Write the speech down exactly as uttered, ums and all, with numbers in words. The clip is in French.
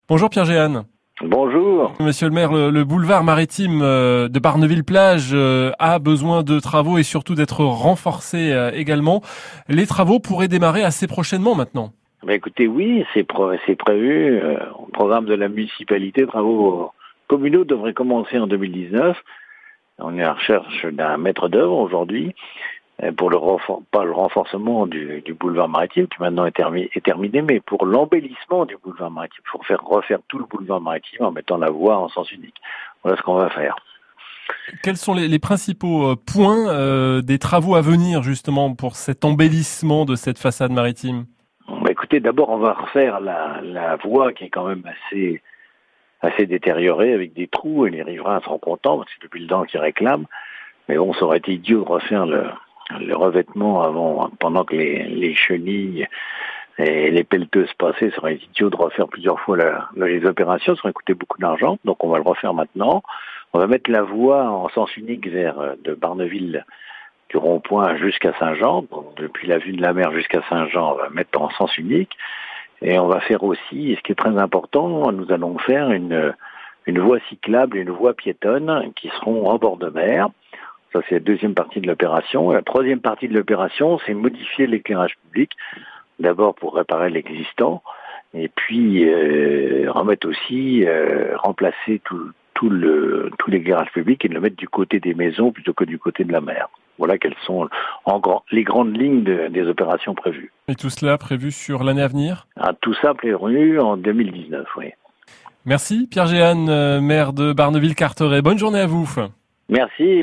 Bonjour Pierre Géhan. Bonjour. Monsieur le maire, le, le boulevard maritime de Barneville-Plage a besoin de travaux et surtout d'être renforcé également. Les travaux pourraient démarrer assez prochainement maintenant. Ben écoutez, oui, c'est, pré- c'est prévu. Euh, au programme de la municipalité, travaux communaux devraient commencer en deux mille dix-neuf. On est à la recherche d'un maître d'œuvre aujourd'hui euh, pour le renfor- pas le renforcement du, du boulevard maritime qui maintenant est, termi- est terminé, mais pour l'embellissement du boulevard maritime, pour faire refaire tout le boulevard maritime en mettant la voie en sens unique. Voilà ce qu'on va faire. Quels sont les, les principaux points euh, des travaux à venir justement pour cet embellissement de cette façade maritime ? Ben écoutez, d'abord on va refaire la, la voie qui est quand même assez assez détériorée avec des trous et les riverains seront contents parce que c'est depuis le temps qu'ils réclament. Mais bon, ça aurait été idiot de refaire le, le revêtement avant, pendant que les, les chenilles et les pelleteuses passaient. Ça aurait été idiot de refaire plusieurs fois la, les opérations. Ça aurait coûté beaucoup d'argent. Donc on va le refaire maintenant. On va mettre la voie en sens unique vers de Barneville du rond-point jusqu'à Saint-Jean. Donc depuis la vue de la mer jusqu'à Saint-Jean, on va mettre en sens unique. Et on va faire aussi, et ce qui est très important, nous allons faire une, une voie cyclable et une voie piétonne qui seront en bord de mer. Ça, c'est la deuxième partie de l'opération. Et la troisième partie de l'opération, c'est modifier l'éclairage public. D'abord pour réparer l'existant, et puis euh, remettre aussi, euh, remplacer tout, tout, le, tout l'éclairage public et le mettre du côté des maisons plutôt que du côté de la mer. Voilà quelles sont en grand, les grandes lignes de, des opérations prévues. Et tout cela prévu sur l'année à venir ? Ah, tout ça prévu en deux mille dix-neuf, oui. Merci Pierre Géhan, maire de Barneville-Carteret. Bonne journée à vous. Merci.